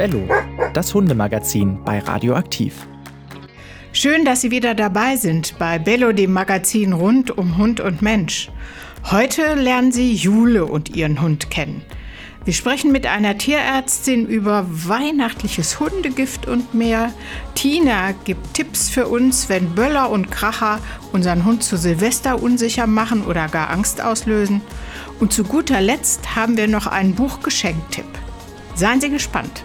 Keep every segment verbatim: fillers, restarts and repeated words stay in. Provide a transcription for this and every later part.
Bello, das Hundemagazin bei Radioaktiv. Schön, dass Sie wieder dabei sind bei Bello, dem Magazin rund um Hund und Mensch. Heute lernen Sie Jule und ihren Hund kennen. Wir sprechen mit einer Tierärztin über weihnachtliches Hundegift und mehr. Tina gibt Tipps für uns, wenn Böller und Kracher unseren Hund zu Silvester unsicher machen oder gar Angst auslösen. Und zu guter Letzt haben wir noch einen Buchgeschenktipp. Seien Sie gespannt.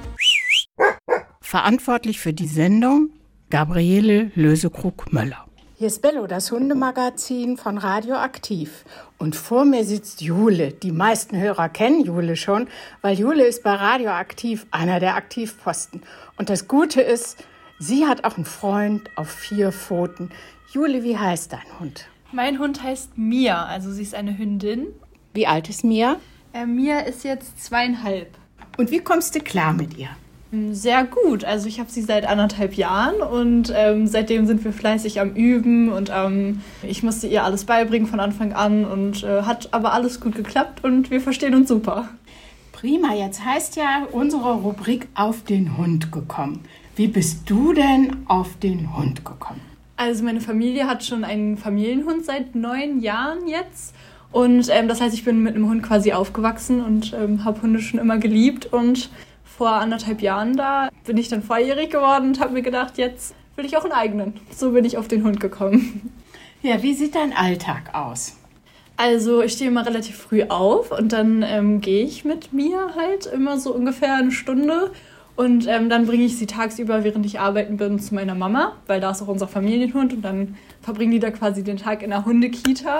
Verantwortlich für die Sendung Gabriele Lösekrug-Möller. Hier ist Bello, das Hundemagazin von Radioaktiv. Und vor mir sitzt Jule. Die meisten Hörer kennen Jule schon, weil Jule ist bei Radioaktiv einer der Aktivposten. Und das Gute ist, sie hat auch einen Freund auf vier Pfoten. Jule, wie heißt dein Hund? Mein Hund heißt Mia, also sie ist eine Hündin. Wie alt ist Mia? Äh, Mia ist jetzt zweieinhalb. Und wie kommst du klar mit ihr? Sehr gut. Also ich habe sie seit anderthalb Jahren und ähm, seitdem sind wir fleißig am Üben und ähm, ich musste ihr alles beibringen von Anfang an und äh, hat aber alles gut geklappt und wir verstehen uns super. Prima, jetzt heißt ja unsere Rubrik auf den Hund gekommen. Wie bist du denn auf den Hund gekommen? Also meine Familie hat schon einen Familienhund seit neun Jahren jetzt. Und ähm, das heißt, ich bin mit einem Hund quasi aufgewachsen und ähm, habe Hunde schon immer geliebt und vor anderthalb Jahren da bin ich dann volljährig geworden und habe mir gedacht, jetzt will ich auch einen eigenen. So bin ich auf den Hund gekommen. Ja, wie sieht dein Alltag aus? Also ich stehe immer relativ früh auf und dann ähm, gehe ich mit mir halt immer so ungefähr eine Stunde. Und ähm, dann bringe ich sie tagsüber, während ich arbeiten bin, zu meiner Mama, weil da ist auch unser Familienhund. Und dann verbringen die da quasi den Tag in der Hundekita.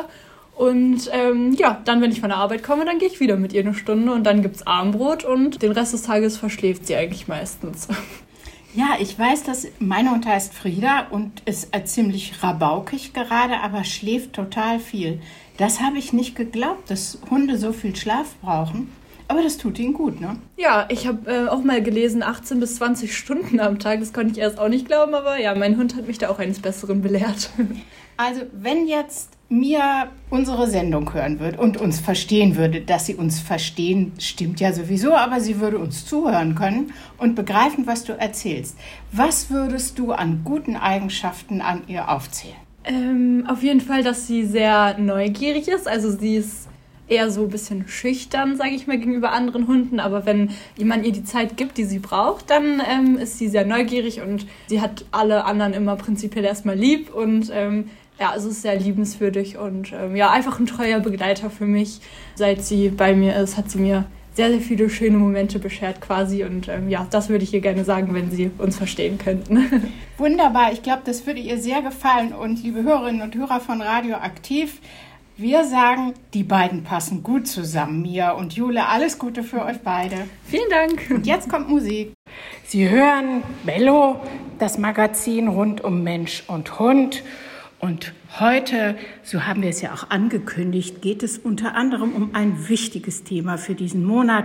Und ähm, ja, dann, wenn ich von der Arbeit komme, dann gehe ich wieder mit ihr eine Stunde und dann gibt's Abendbrot und den Rest des Tages verschläft sie eigentlich meistens. Ja, ich weiß, dass mein Hund heißt Frieda und ist ziemlich rabaukig gerade, aber schläft total viel. Das habe ich nicht geglaubt, dass Hunde so viel Schlaf brauchen. Aber das tut ihnen gut, ne? Ja, ich habe äh, auch mal gelesen, achtzehn bis zwanzig Stunden am Tag. Das konnte ich erst auch nicht glauben, aber ja, mein Hund hat mich da auch eines Besseren belehrt. Also, wenn jetzt Mia unsere Sendung hören würde und uns verstehen würde, dass sie uns verstehen, stimmt ja sowieso, aber sie würde uns zuhören können und begreifen, was du erzählst. Was würdest du an guten Eigenschaften an ihr aufzählen? Ähm, auf jeden Fall, dass sie sehr neugierig ist. Also sie ist eher so ein bisschen schüchtern, sage ich mal, gegenüber anderen Hunden. Aber wenn jemand ihr die Zeit gibt, die sie braucht, dann ähm, ist sie sehr neugierig und sie hat alle anderen immer prinzipiell erstmal lieb. Und ähm, ja, also es ist sehr liebenswürdig und ähm, ja, einfach ein treuer Begleiter für mich. Seit sie bei mir ist, hat sie mir sehr, sehr viele schöne Momente beschert quasi. Und ähm, ja, das würde ich ihr gerne sagen, wenn sie uns verstehen könnten. Wunderbar, ich glaube, das würde ihr sehr gefallen. Und liebe Hörerinnen und Hörer von Radioaktiv, wir sagen, die beiden passen gut zusammen, Mia und Jule. Alles Gute für euch beide. Vielen Dank. Und jetzt kommt Musik. Sie hören Bello, das Magazin rund um Mensch und Hund. Und heute, so haben wir es ja auch angekündigt, geht es unter anderem um ein wichtiges Thema für diesen Monat,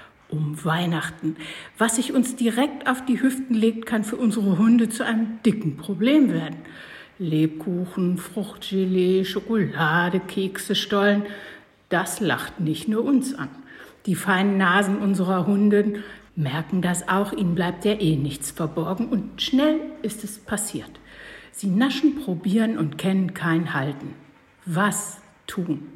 um Weihnachten. Was sich uns direkt auf die Hüften legt, kann für unsere Hunde zu einem dicken Problem werden. Lebkuchen, Fruchtgelee, Schokolade, Kekse, Stollen, das lacht nicht nur uns an. Die feinen Nasen unserer Hunde merken das auch, ihnen bleibt ja eh nichts verborgen und schnell ist es passiert. Sie naschen, probieren und kennen kein Halten. Was tun?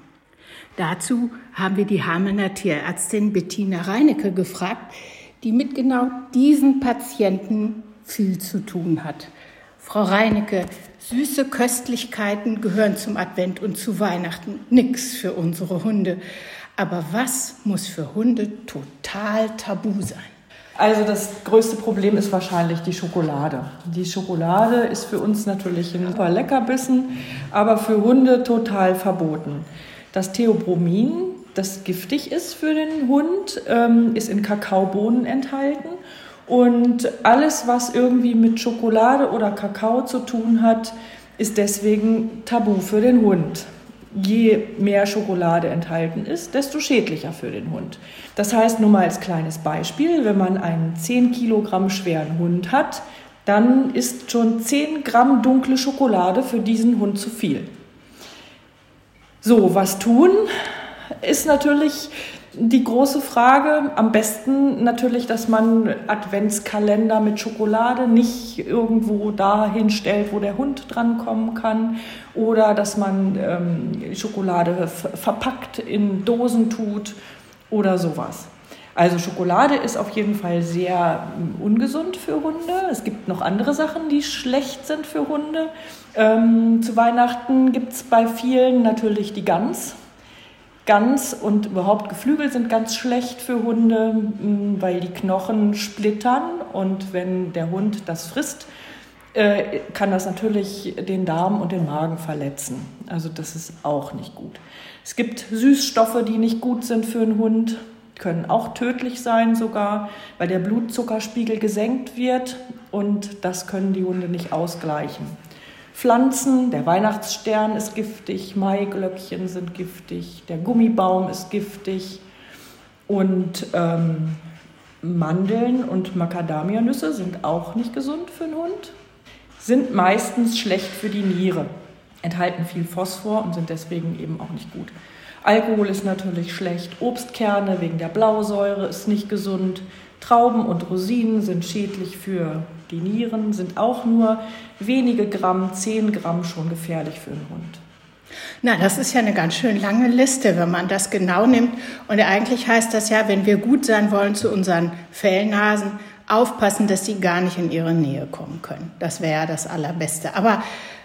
Dazu haben wir die Hamelner Tierärztin Bettina Reinecke gefragt, die mit genau diesen Patienten viel zu tun hat. Frau Reinecke, süße Köstlichkeiten gehören zum Advent und zu Weihnachten. Nix für unsere Hunde. Aber was muss für Hunde total tabu sein? Also das größte Problem ist wahrscheinlich die Schokolade. Die Schokolade ist für uns natürlich ein super Leckerbissen, aber für Hunde total verboten. Das Theobromin, das giftig ist für den Hund, ist in Kakaobohnen enthalten. Und alles, was irgendwie mit Schokolade oder Kakao zu tun hat, ist deswegen tabu für den Hund. Je mehr Schokolade enthalten ist, desto schädlicher für den Hund. Das heißt, nur mal als kleines Beispiel, wenn man einen zehn Kilogramm schweren Hund hat, dann ist schon zehn Gramm dunkle Schokolade für diesen Hund zu viel. So, was tun? Ist natürlich Die große Frage, am besten natürlich, dass man Adventskalender mit Schokolade nicht irgendwo dahin stellt, wo der Hund drankommen kann, oder dass man ähm, Schokolade f- verpackt in Dosen tut oder sowas. Also Schokolade ist auf jeden Fall sehr ungesund für Hunde. Es gibt noch andere Sachen, die schlecht sind für Hunde. Ähm, zu Weihnachten gibt es bei vielen natürlich die Gans. Gans und überhaupt Geflügel sind ganz schlecht für Hunde, weil die Knochen splittern, und wenn der Hund das frisst, kann das natürlich den Darm und den Magen verletzen. Also das ist auch nicht gut. Es gibt Süßstoffe, die nicht gut sind für einen Hund, können auch tödlich sein sogar, weil der Blutzuckerspiegel gesenkt wird, und das können die Hunde nicht ausgleichen. Pflanzen, der Weihnachtsstern ist giftig, Maiglöckchen sind giftig, der Gummibaum ist giftig, und ähm, Mandeln und Macadamianüsse sind auch nicht gesund für einen Hund, sind meistens schlecht für die Niere, enthalten viel Phosphor und sind deswegen eben auch nicht gut. Alkohol ist natürlich schlecht, Obstkerne wegen der Blausäure ist nicht gesund, Trauben und Rosinen sind schädlich für die Nieren, sind auch nur wenige Gramm, zehn Gramm schon gefährlich für einen Hund. Na, das ist ja eine ganz schön lange Liste, wenn man das genau nimmt. Und eigentlich heißt das ja, wenn wir gut sein wollen zu unseren Fellnasen, aufpassen, dass sie gar nicht in ihre Nähe kommen können. Das wäre ja das Allerbeste. Aber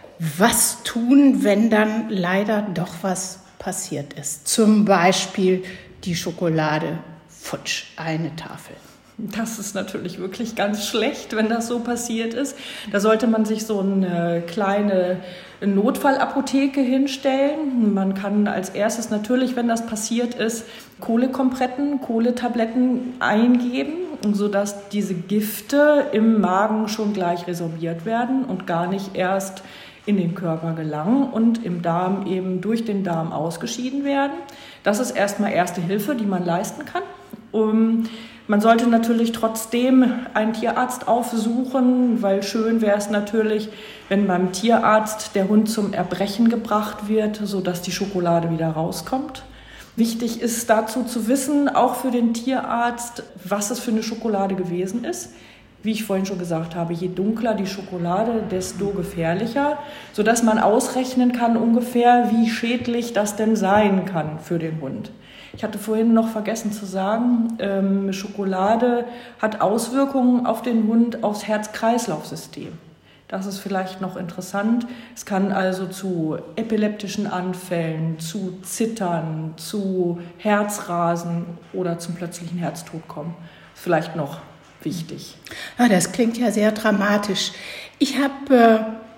was tun, wenn dann leider doch was passiert ist? Zum Beispiel die Schokolade futsch, eine Tafel. Das ist natürlich wirklich ganz schlecht, wenn das so passiert ist. Da sollte man sich so eine kleine Notfallapotheke hinstellen. Man kann als erstes natürlich, wenn das passiert ist, Kohlekompressen, Kohletabletten eingeben, sodass diese Gifte im Magen schon gleich resorbiert werden und gar nicht erst in den Körper gelangen und im Darm eben durch den Darm ausgeschieden werden. Das ist erstmal erste Hilfe, die man leisten kann. Um, man sollte natürlich trotzdem einen Tierarzt aufsuchen, weil schön wäre es natürlich, wenn beim Tierarzt der Hund zum Erbrechen gebracht wird, sodass die Schokolade wieder rauskommt. Wichtig ist dazu zu wissen, auch für den Tierarzt, was es für eine Schokolade gewesen ist. Wie ich vorhin schon gesagt habe, je dunkler die Schokolade, desto gefährlicher, sodass man ausrechnen kann ungefähr, wie schädlich das denn sein kann für den Hund. Ich hatte vorhin noch vergessen zu sagen, ähm, Schokolade hat Auswirkungen auf den Hund, aufs Herz-Kreislauf-System. Das ist vielleicht noch interessant. Es kann also zu epileptischen Anfällen, zu Zittern, zu Herzrasen oder zum plötzlichen Herztod kommen. Vielleicht noch wichtig. Ja, das klingt ja sehr dramatisch. Ich habe äh,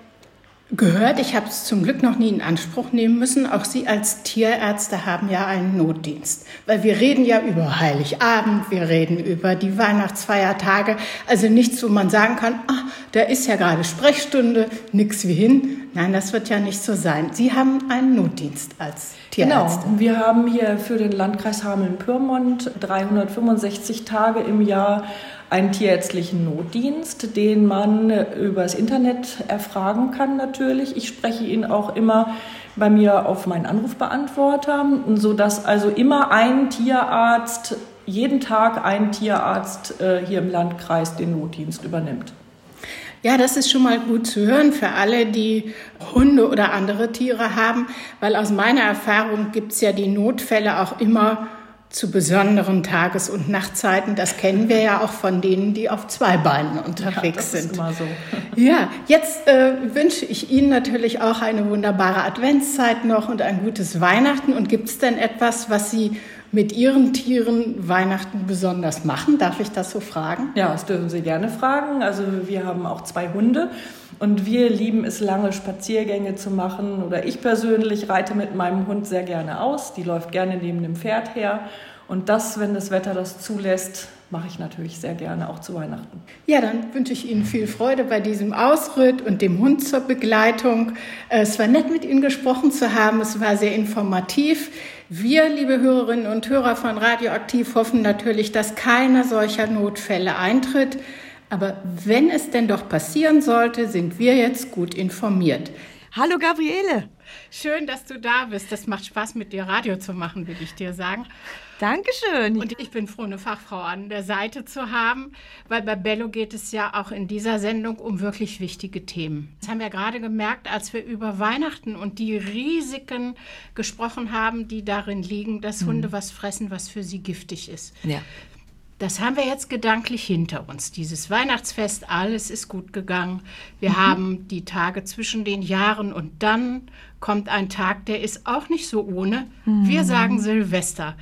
gehört, ich habe es zum Glück noch nie in Anspruch nehmen müssen, auch Sie als Tierärzte haben ja einen Notdienst. Weil wir reden ja über Heiligabend, wir reden über die Weihnachtsfeiertage, also nichts, wo man sagen kann, ah, da ist ja gerade Sprechstunde, nix wie hin. Nein, das wird ja nicht so sein. Sie haben einen Notdienst als Tierärzte. Genau, wir haben hier für den Landkreis Hameln-Pyrmont dreihundertfünfundsechzig Tage im Jahr einen tierärztlichen Notdienst, den man übers Internet erfragen kann natürlich. Ich spreche ihn auch immer bei mir auf meinen Anrufbeantworter, sodass also immer ein Tierarzt, jeden Tag ein Tierarzt äh, hier im Landkreis den Notdienst übernimmt. Ja, das ist schon mal gut zu hören für alle, die Hunde oder andere Tiere haben, weil aus meiner Erfahrung gibt es ja die Notfälle auch immer zu besonderen Tages- und Nachtzeiten. Das kennen wir ja auch von denen, die auf zwei Beinen unterwegs ja, das sind. Ist immer so. Ja, jetzt äh, wünsche ich Ihnen natürlich auch eine wunderbare Adventszeit noch und ein gutes Weihnachten. Und gibt es denn etwas, was Sie mit Ihren Tieren Weihnachten besonders machen? Darf ich das so fragen? Ja, das dürfen Sie gerne fragen. Also wir haben auch zwei Hunde und wir lieben es, lange Spaziergänge zu machen. Oder ich persönlich reite mit meinem Hund sehr gerne aus. Die läuft gerne neben dem Pferd her. Und das, wenn das Wetter das zulässt, mache ich natürlich sehr gerne auch zu Weihnachten. Ja, dann wünsche ich Ihnen viel Freude bei diesem Ausritt und dem Hund zur Begleitung. Es war nett, mit Ihnen gesprochen zu haben. Es war sehr informativ. Wir, liebe Hörerinnen und Hörer von Radioaktiv, hoffen natürlich, dass keiner solcher Notfälle eintritt. Aber wenn es denn doch passieren sollte, sind wir jetzt gut informiert. Hallo Gabriele. Schön, dass du da bist. Das macht Spaß, mit dir Radio zu machen, will ich dir sagen. Dankeschön. Und ich bin froh, eine Fachfrau an der Seite zu haben, weil bei Bello geht es ja auch in dieser Sendung um wirklich wichtige Themen. Das haben wir gerade gemerkt, als wir über Weihnachten und die Risiken gesprochen haben, die darin liegen, dass mhm. Hunde was fressen, was für sie giftig ist. Ja. Das haben wir jetzt gedanklich hinter uns. Dieses Weihnachtsfest, alles ist gut gegangen. Wir mhm. haben die Tage zwischen den Jahren und dann kommt ein Tag, der ist auch nicht so ohne. Mhm. Wir sagen Silvester.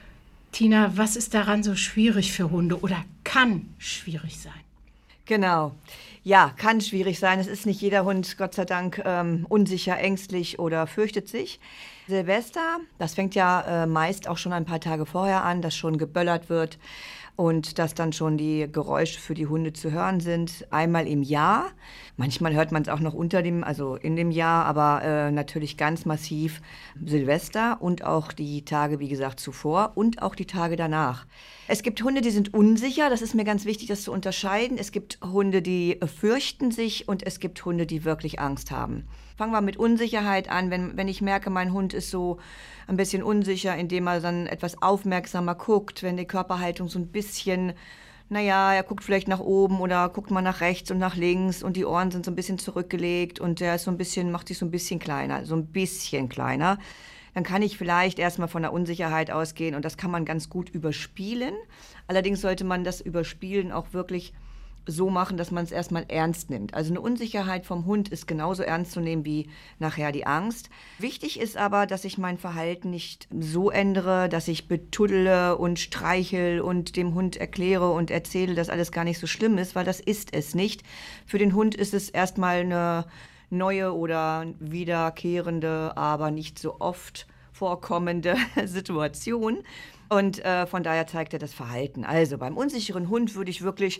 Tina, was ist daran so schwierig für Hunde oder kann schwierig sein? Genau. Ja, kann schwierig sein. Es ist nicht jeder Hund, Gott sei Dank, ähm, unsicher, ängstlich oder fürchtet sich. Silvester, das fängt ja äh, meist auch schon ein paar Tage vorher an, dass schon geböllert wird und dass dann schon die Geräusche für die Hunde zu hören sind. Einmal im Jahr. Manchmal hört man es auch noch unter dem, also in dem Jahr, aber äh, natürlich ganz massiv Silvester und auch die Tage, wie gesagt, zuvor und auch die Tage danach. Es gibt Hunde, die sind unsicher, das ist mir ganz wichtig, das zu unterscheiden. Es gibt Hunde, die fürchten sich und es gibt Hunde, die wirklich Angst haben. Fangen wir mit Unsicherheit an. Wenn, wenn ich merke, mein Hund ist so ein bisschen unsicher, indem er dann etwas aufmerksamer guckt, wenn die Körperhaltung so ein bisschen, naja, er guckt vielleicht nach oben oder guckt mal nach rechts und nach links und die Ohren sind so ein bisschen zurückgelegt und der ist so ein bisschen, macht sich so ein bisschen kleiner, so ein bisschen kleiner. Dann kann ich vielleicht erstmal von der Unsicherheit ausgehen und das kann man ganz gut überspielen. Allerdings sollte man das Überspielen auch wirklich so machen, dass man es erstmal ernst nimmt. Also eine Unsicherheit vom Hund ist genauso ernst zu nehmen wie nachher die Angst. Wichtig ist aber, dass ich mein Verhalten nicht so ändere, dass ich betuddle und streichel und dem Hund erkläre und erzähle, dass alles gar nicht so schlimm ist, weil das ist es nicht. Für den Hund ist es erstmal eine neue oder wiederkehrende, aber nicht so oft vorkommende Situation. Und äh, von daher zeigt er das Verhalten. Also beim unsicheren Hund würde ich wirklich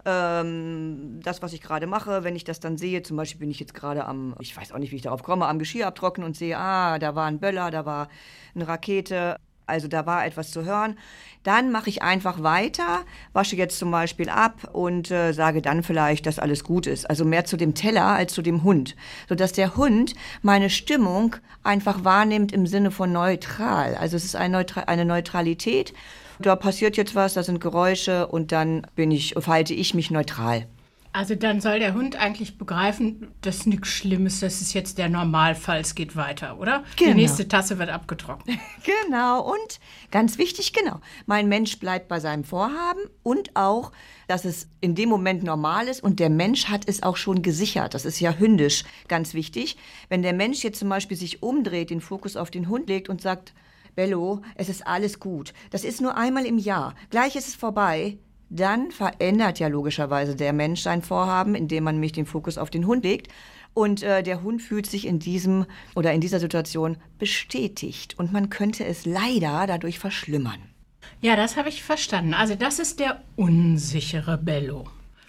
ähm, das, was ich gerade mache, wenn ich das dann sehe, zum Beispiel bin ich jetzt gerade am, ich weiß auch nicht, wie ich darauf komme, am Geschirr abtrocknen und sehe, ah, da war ein Böller, da war eine Rakete, also da war etwas zu hören. Dann mache ich einfach weiter, wasche jetzt zum Beispiel ab und äh, sage dann vielleicht, dass alles gut ist. Also mehr zu dem Teller als zu dem Hund, sodass der Hund meine Stimmung einfach wahrnimmt im Sinne von neutral. Also es ist eine, Neutra- eine Neutralität. Da passiert jetzt was, da sind Geräusche und dann bin ich, verhalte ich mich neutral. Also dann soll der Hund eigentlich begreifen, das ist nichts Schlimmes, das ist jetzt der Normalfall, es geht weiter, oder? Genau. Die nächste Tasse wird abgetrocknet. Genau, und ganz wichtig, genau, mein Mensch bleibt bei seinem Vorhaben und auch, dass es in dem Moment normal ist und der Mensch hat es auch schon gesichert. Das ist ja hündisch ganz wichtig. Wenn der Mensch jetzt zum Beispiel sich umdreht, den Fokus auf den Hund legt und sagt, Bello, es ist alles gut, das ist nur einmal im Jahr, gleich ist es vorbei, dann verändert ja logischerweise der Mensch sein Vorhaben, indem man mich den Fokus auf den Hund legt. Und äh, der Hund fühlt sich in diesem oder in dieser Situation bestätigt. Und man könnte es leider dadurch verschlimmern. Ja, das habe ich verstanden. Also das ist der unsichere Bello.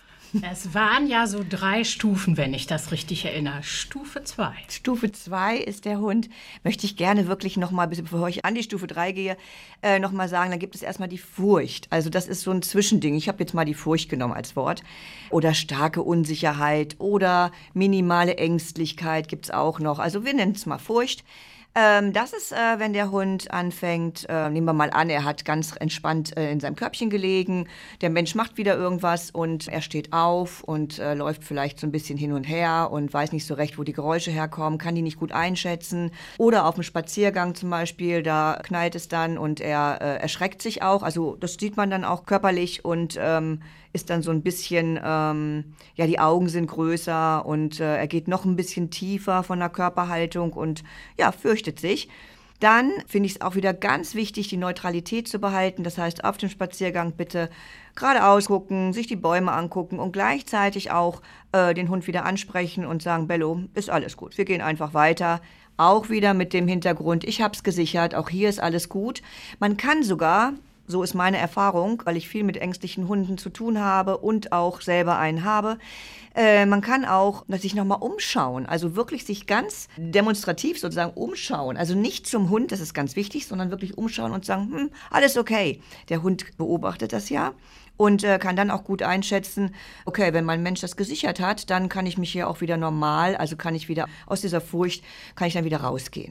Es waren ja so drei Stufen, wenn ich das richtig erinnere. Stufe zwei. Stufe zwei ist der Hund. Möchte ich gerne wirklich noch mal, bevor ich an die Stufe drei gehe, äh, noch mal sagen, da gibt es erstmal die Furcht. Also das ist so ein Zwischending. Ich habe jetzt mal die Furcht genommen als Wort. Oder starke Unsicherheit oder minimale Ängstlichkeit gibt es auch noch. Also wir nennen es mal Furcht. Ähm, das ist, äh, wenn der Hund anfängt, äh, nehmen wir mal an, er hat ganz entspannt äh, in seinem Körbchen gelegen, der Mensch macht wieder irgendwas und er steht auf und äh, läuft vielleicht so ein bisschen hin und her und weiß nicht so recht, wo die Geräusche herkommen, kann die nicht gut einschätzen. Oder auf dem Spaziergang zum Beispiel, da knallt es dann und er äh, erschreckt sich auch, also das sieht man dann auch körperlich und ähm, ist dann so ein bisschen, ähm, ja, die Augen sind größer und äh, er geht noch ein bisschen tiefer von der Körperhaltung und ja, fürchtet sich. Dann finde ich es auch wieder ganz wichtig, die Neutralität zu behalten. Das heißt, auf dem Spaziergang bitte geradeaus gucken, sich die Bäume angucken und gleichzeitig auch äh, den Hund wieder ansprechen und sagen, Bello, ist alles gut, wir gehen einfach weiter. Auch wieder mit dem Hintergrund, ich habe es gesichert, auch hier ist alles gut. Man kann sogar, so ist meine Erfahrung, weil ich viel mit ängstlichen Hunden zu tun habe und auch selber einen habe. Äh, man kann auch sich nochmal umschauen, also wirklich sich ganz demonstrativ sozusagen umschauen. Also nicht zum Hund, das ist ganz wichtig, sondern wirklich umschauen und sagen, hm, alles okay. Der Hund beobachtet das ja und äh, kann dann auch gut einschätzen, okay, wenn mein Mensch das gesichert hat, dann kann ich mich hier auch wieder normal, also kann ich wieder aus dieser Furcht, kann ich dann wieder rausgehen.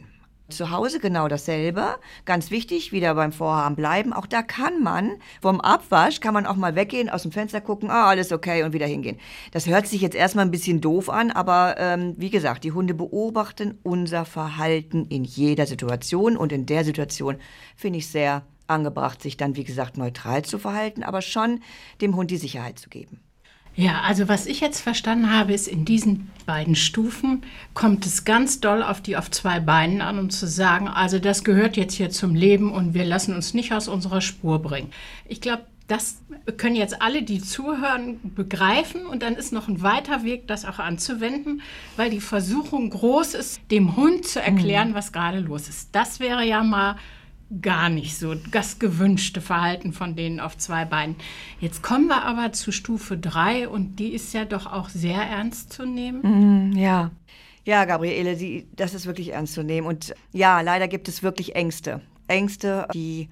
Zu Hause genau dasselbe. Ganz wichtig, wieder beim Vorhaben bleiben. Auch da kann man vom Abwasch, kann man auch mal weggehen, aus dem Fenster gucken, ah, alles okay und wieder hingehen. Das hört sich jetzt erstmal ein bisschen doof an, aber ähm, wie gesagt, die Hunde beobachten unser Verhalten in jeder Situation und in der Situation finde ich sehr angebracht, sich dann, wie gesagt, neutral zu verhalten, aber schon dem Hund die Sicherheit zu geben. Ja, also was ich jetzt verstanden habe, ist, in diesen beiden Stufen kommt es ganz doll auf die auf zwei Beinen an, um zu sagen, also das gehört jetzt hier zum Leben und wir lassen uns nicht aus unserer Spur bringen. Ich glaube, das können jetzt alle, die zuhören, begreifen und dann ist noch ein weiter Weg, das auch anzuwenden, weil die Versuchung groß ist, dem Hund zu erklären, mhm. was gerade los ist. Das wäre ja mal gar nicht so das gewünschte Verhalten von denen auf zwei Beinen. Jetzt kommen wir aber zu Stufe drei und die ist ja doch auch sehr ernst zu nehmen. Mm, ja, ja, Gabriele, die, das ist wirklich ernst zu nehmen. Und ja, leider gibt es wirklich Ängste. Ängste, die,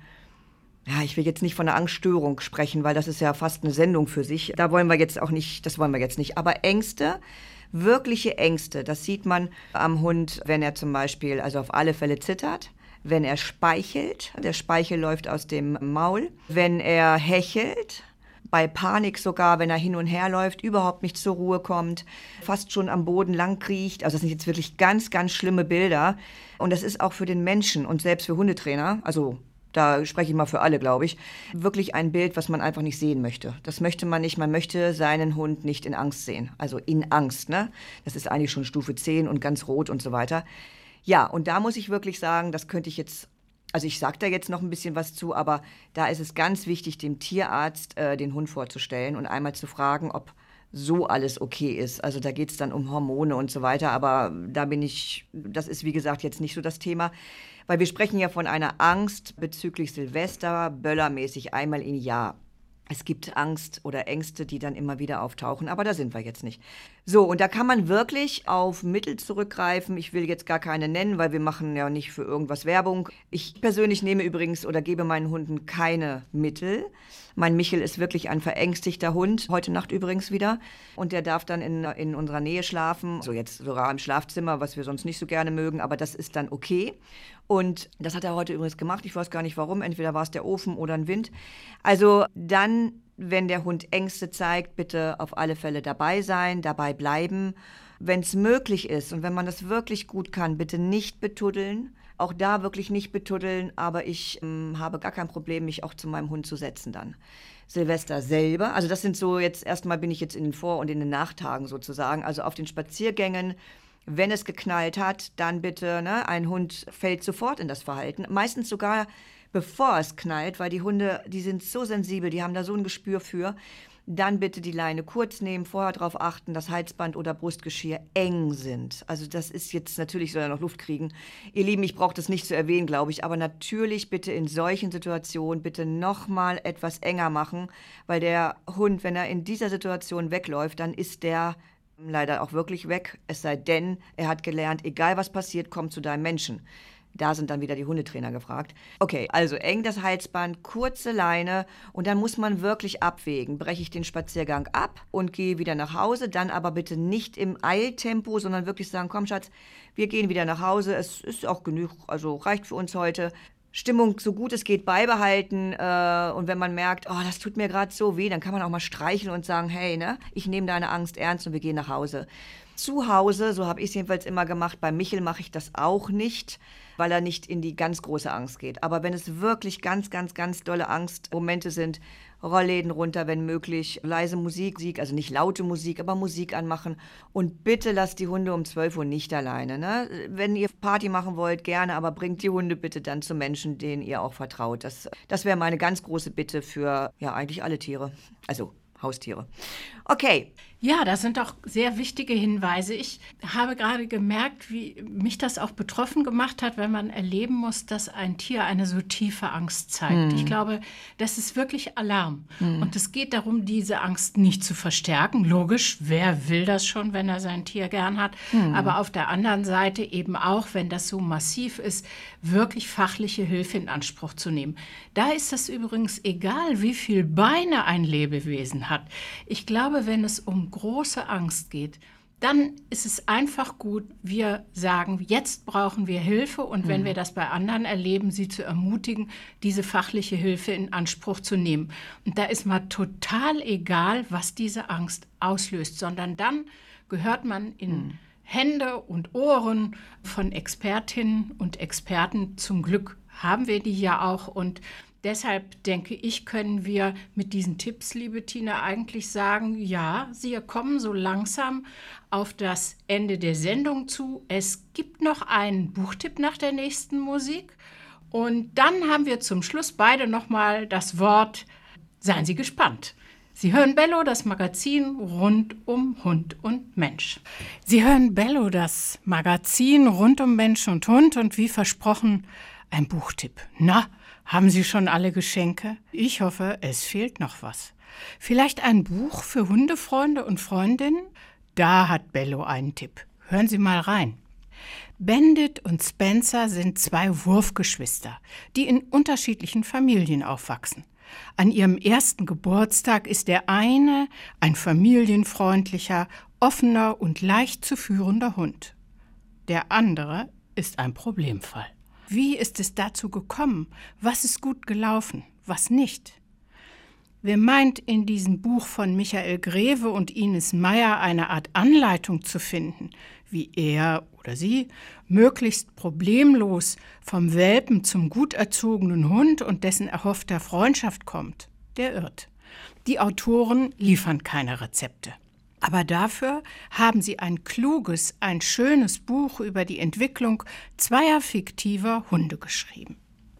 ja, ich will jetzt nicht von einer Angststörung sprechen, weil das ist ja fast eine Sendung für sich. Da wollen wir jetzt auch nicht, das wollen wir jetzt nicht. Aber Ängste, wirkliche Ängste, das sieht man am Hund, wenn er zum Beispiel, also auf alle Fälle zittert. Wenn er speichelt, der Speichel läuft aus dem Maul. Wenn er hechelt, bei Panik sogar, wenn er hin und her läuft, überhaupt nicht zur Ruhe kommt, fast schon am Boden lang kriecht. Also das sind jetzt wirklich ganz, ganz schlimme Bilder. Und das ist auch für den Menschen und selbst für Hundetrainer, also da spreche ich mal für alle, glaube ich, wirklich ein Bild, was man einfach nicht sehen möchte. Das möchte man nicht. Man möchte seinen Hund nicht in Angst sehen. Also in Angst, ne? Das ist eigentlich schon Stufe zehn und ganz rot und so weiter. Ja, und da muss ich wirklich sagen, das könnte ich jetzt, also ich sage da jetzt noch ein bisschen was zu, aber da ist es ganz wichtig, dem Tierarzt äh, den Hund vorzustellen und einmal zu fragen, ob so alles okay ist. Also da geht es dann um Hormone und so weiter, aber da bin ich, das ist wie gesagt jetzt nicht so das Thema, weil wir sprechen ja von einer Angst bezüglich Silvester, böllermäßig einmal im Jahr. Es gibt Angst oder Ängste, die dann immer wieder auftauchen, aber da sind wir jetzt nicht. So, und da kann man wirklich auf Mittel zurückgreifen. Ich will jetzt gar keine nennen, weil wir machen ja nicht für irgendwas Werbung. Ich persönlich nehme übrigens oder gebe meinen Hunden keine Mittel. Mein Michel ist wirklich ein verängstigter Hund, heute Nacht übrigens wieder. Und der darf dann in, in unserer Nähe schlafen, so jetzt sogar im Schlafzimmer, was wir sonst nicht so gerne mögen, aber das ist dann okay. Und das hat er heute übrigens gemacht, ich weiß gar nicht warum, entweder war es der Ofen oder ein Wind. Also dann, wenn der Hund Ängste zeigt, bitte auf alle Fälle dabei sein, dabei bleiben. Wenn es möglich ist und wenn man das wirklich gut kann, bitte nicht betuddeln. Auch da wirklich nicht betuddeln, aber ich ähm, habe gar kein Problem, mich auch zu meinem Hund zu setzen dann. Silvester selber, also das sind so jetzt, erstmal bin ich jetzt in den Vor- und in den Nachtagen sozusagen, also auf den Spaziergängen, wenn es geknallt hat, dann bitte, ne, ein Hund fällt sofort in das Verhalten, meistens sogar bevor es knallt, weil die Hunde, die sind so sensibel, die haben da so ein Gespür für. Dann bitte die Leine kurz nehmen, vorher darauf achten, dass Halsband oder Brustgeschirr eng sind. Also das ist jetzt, natürlich soll er noch Luft kriegen. Ihr Lieben, ich brauche das nicht zu erwähnen, glaube ich, aber natürlich bitte in solchen Situationen bitte nochmal etwas enger machen, weil der Hund, wenn er in dieser Situation wegläuft, dann ist der leider auch wirklich weg, es sei denn, er hat gelernt, egal was passiert, komm zu deinem Menschen. Da sind dann wieder die Hundetrainer gefragt. Okay, also eng das Halsband, kurze Leine und dann muss man wirklich abwägen. Breche ich den Spaziergang ab und gehe wieder nach Hause, dann aber bitte nicht im Eiltempo, sondern wirklich sagen, komm Schatz, wir gehen wieder nach Hause, es ist auch genug, also reicht für uns heute. Stimmung so gut es geht beibehalten äh, und wenn man merkt, oh, das tut mir gerade so weh, dann kann man auch mal streicheln und sagen, hey, ne, ich nehme deine Angst ernst und wir gehen nach Hause. Zu Hause, so habe ich es jedenfalls immer gemacht, bei Michel mache ich das auch nicht, weil er nicht in die ganz große Angst geht. Aber wenn es wirklich ganz, ganz, ganz dolle Angstmomente sind, Rollläden runter, wenn möglich, leise Musik, also nicht laute Musik, aber Musik anmachen. Und bitte lasst die Hunde um zwölf Uhr nicht alleine. Ne? Wenn ihr Party machen wollt, gerne, aber bringt die Hunde bitte dann zu Menschen, denen ihr auch vertraut. Das, das wäre meine ganz große Bitte für, ja, eigentlich alle Tiere. Also Haustiere. Okay. Ja, das sind doch sehr wichtige Hinweise. Ich habe gerade gemerkt, wie mich das auch betroffen gemacht hat, wenn man erleben muss, dass ein Tier eine so tiefe Angst zeigt. Hm. Ich glaube, das ist wirklich Alarm. Hm. Und es geht darum, diese Angst nicht zu verstärken. Logisch, wer will das schon, wenn er sein Tier gern hat? Hm. Aber auf der anderen Seite eben auch, wenn das so massiv ist, wirklich fachliche Hilfe in Anspruch zu nehmen. Da ist es übrigens egal, wie viele Beine ein Lebewesen hat. Ich glaube, wenn es um große Angst geht, dann ist es einfach gut, wir sagen, jetzt brauchen wir Hilfe und wenn mhm. wir das bei anderen erleben, sie zu ermutigen, diese fachliche Hilfe in Anspruch zu nehmen. Und da ist mal total egal, was diese Angst auslöst, sondern dann gehört man in mhm. Hände und Ohren von Expertinnen und Experten. Zum Glück haben wir die ja auch und deshalb denke ich, können wir mit diesen Tipps, liebe Tina, eigentlich sagen, ja, Sie kommen so langsam auf das Ende der Sendung zu. Es gibt noch einen Buchtipp nach der nächsten Musik. Und dann haben wir zum Schluss beide nochmal das Wort, seien Sie gespannt. Sie hören Bello, das Magazin rund um Hund und Mensch. Sie hören Bello, das Magazin rund um Mensch und Hund und wie versprochen, ein Buchtipp. Na, haben Sie schon alle Geschenke? Ich hoffe, es fehlt noch was. Vielleicht ein Buch für Hundefreunde und Freundinnen? Da hat Bello einen Tipp. Hören Sie mal rein. Bandit und Spencer sind zwei Wurfgeschwister, die in unterschiedlichen Familien aufwachsen. An ihrem ersten Geburtstag ist der eine ein familienfreundlicher, offener und leicht zu führender Hund. Der andere ist ein Problemfall. Wie ist es dazu gekommen? Was ist gut gelaufen? Was nicht? Wer meint, in diesem Buch von Michael Greve und Ines Meyer eine Art Anleitung zu finden, wie er oder sie möglichst problemlos vom Welpen zum gut erzogenen Hund und dessen erhoffter Freundschaft kommt, der irrt. Die Autoren liefern keine Rezepte. Aber dafür haben sie ein kluges, ein schönes Buch über die Entwicklung zweier fiktiver Hunde geschrieben.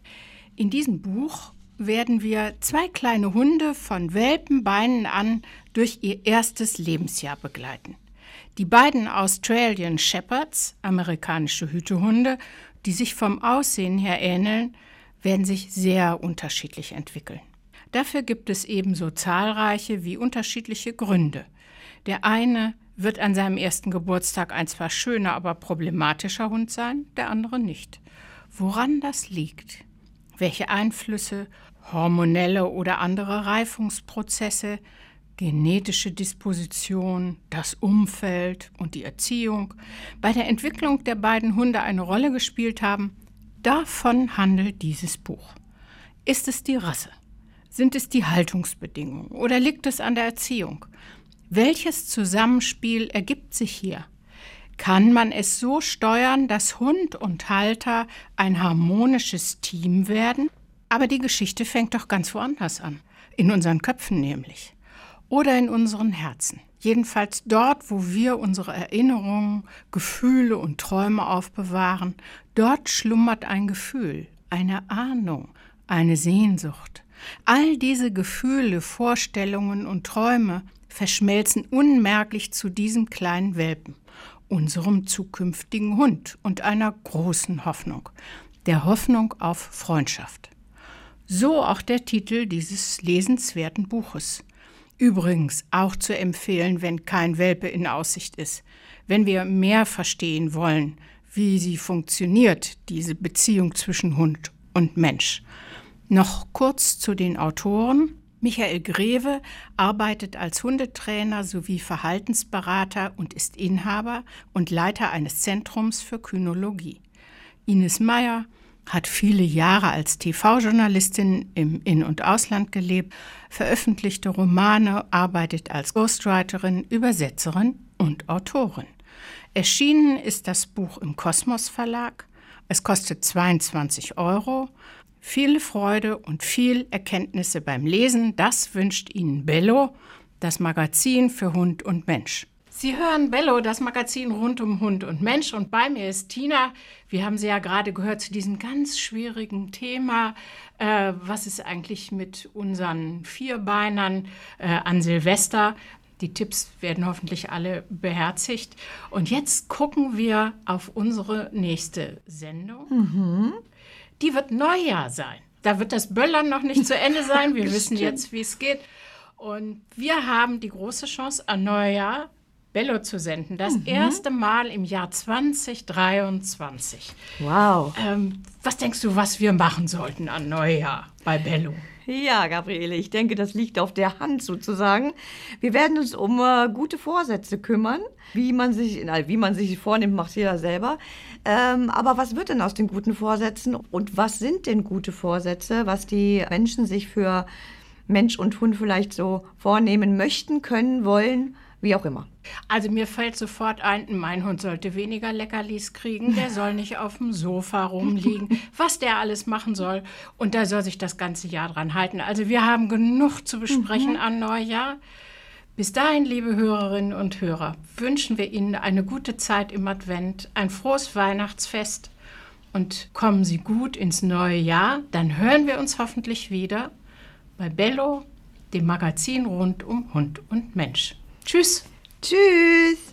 In diesem Buch werden wir zwei kleine Hunde von Welpenbeinen an durch ihr erstes Lebensjahr begleiten. Die beiden Australian Shepherds, amerikanische Hütehunde, die sich vom Aussehen her ähneln, werden sich sehr unterschiedlich entwickeln. Dafür gibt es ebenso zahlreiche wie unterschiedliche Gründe. Der eine wird an seinem ersten Geburtstag ein zwar schöner, aber problematischer Hund sein, der andere nicht. Woran das liegt? Welche Einflüsse, hormonelle oder andere Reifungsprozesse, genetische Disposition, das Umfeld und die Erziehung bei der Entwicklung der beiden Hunde eine Rolle gespielt haben, davon handelt dieses Buch. Ist es die Rasse? Sind es die Haltungsbedingungen oder liegt es an der Erziehung? Welches Zusammenspiel ergibt sich hier? Kann man es so steuern, dass Hund und Halter ein harmonisches Team werden? Aber die Geschichte fängt doch ganz woanders an. In unseren Köpfen nämlich. Oder in unseren Herzen. Jedenfalls dort, wo wir unsere Erinnerungen, Gefühle und Träume aufbewahren. Dort schlummert ein Gefühl, eine Ahnung, eine Sehnsucht. All diese Gefühle, Vorstellungen und Träume verschmelzen unmerklich zu diesem kleinen Welpen, unserem zukünftigen Hund und einer großen Hoffnung, der Hoffnung auf Freundschaft. So auch der Titel dieses lesenswerten Buches. Übrigens auch zu empfehlen, wenn kein Welpe in Aussicht ist, wenn wir mehr verstehen wollen, wie sie funktioniert, diese Beziehung zwischen Hund und Mensch. Noch kurz zu den Autoren. Michael Greve arbeitet als Hundetrainer sowie Verhaltensberater und ist Inhaber und Leiter eines Zentrums für Kynologie. Ines Meyer hat viele Jahre als T V-Journalistin im In- und Ausland gelebt, veröffentlichte Romane, arbeitet als Ghostwriterin, Übersetzerin und Autorin. Erschienen ist das Buch im Kosmos Verlag. Es kostet zweiundzwanzig Euro. Viele Freude und viel Erkenntnisse beim Lesen, das wünscht Ihnen Bello, das Magazin für Hund und Mensch. Sie hören Bello, das Magazin rund um Hund und Mensch. Und bei mir ist Tina. Wir haben sie ja gerade gehört zu diesem ganz schwierigen Thema. Äh, was ist eigentlich mit unseren Vierbeinern äh, an Silvester? Die Tipps werden hoffentlich alle beherzigt. Und jetzt gucken wir auf unsere nächste Sendung. Mhm. Die wird Neujahr sein. Da wird das Böllern noch nicht zu Ende sein. Wir wissen jetzt, wie es geht. Und wir haben die große Chance, an Neujahr Bello zu senden. Das mhm. erste Mal im Jahr zwanzig dreiundzwanzig. Wow. Ähm, was denkst du, was wir machen sollten an Neujahr bei Bello? Ja, Gabriele, ich denke, das liegt auf der Hand sozusagen. Wir werden uns um äh, gute Vorsätze kümmern. Wie man sich, na, wie man sich vornimmt, macht jeder selber. Ähm, aber was wird denn aus den guten Vorsätzen? Und was sind denn gute Vorsätze, was die Menschen sich für Mensch und Hund vielleicht so vornehmen möchten, können, wollen, wie auch immer? Also mir fällt sofort ein, mein Hund sollte weniger Leckerlis kriegen, der soll nicht auf dem Sofa rumliegen, was der alles machen soll. Und da soll sich das ganze Jahr dran halten. Also wir haben genug zu besprechen mhm. an Neujahr. Bis dahin, liebe Hörerinnen und Hörer, wünschen wir Ihnen eine gute Zeit im Advent, ein frohes Weihnachtsfest und kommen Sie gut ins neue Jahr. Dann hören wir uns hoffentlich wieder bei Bello, dem Magazin rund um Hund und Mensch. Tschüss. Tschüss.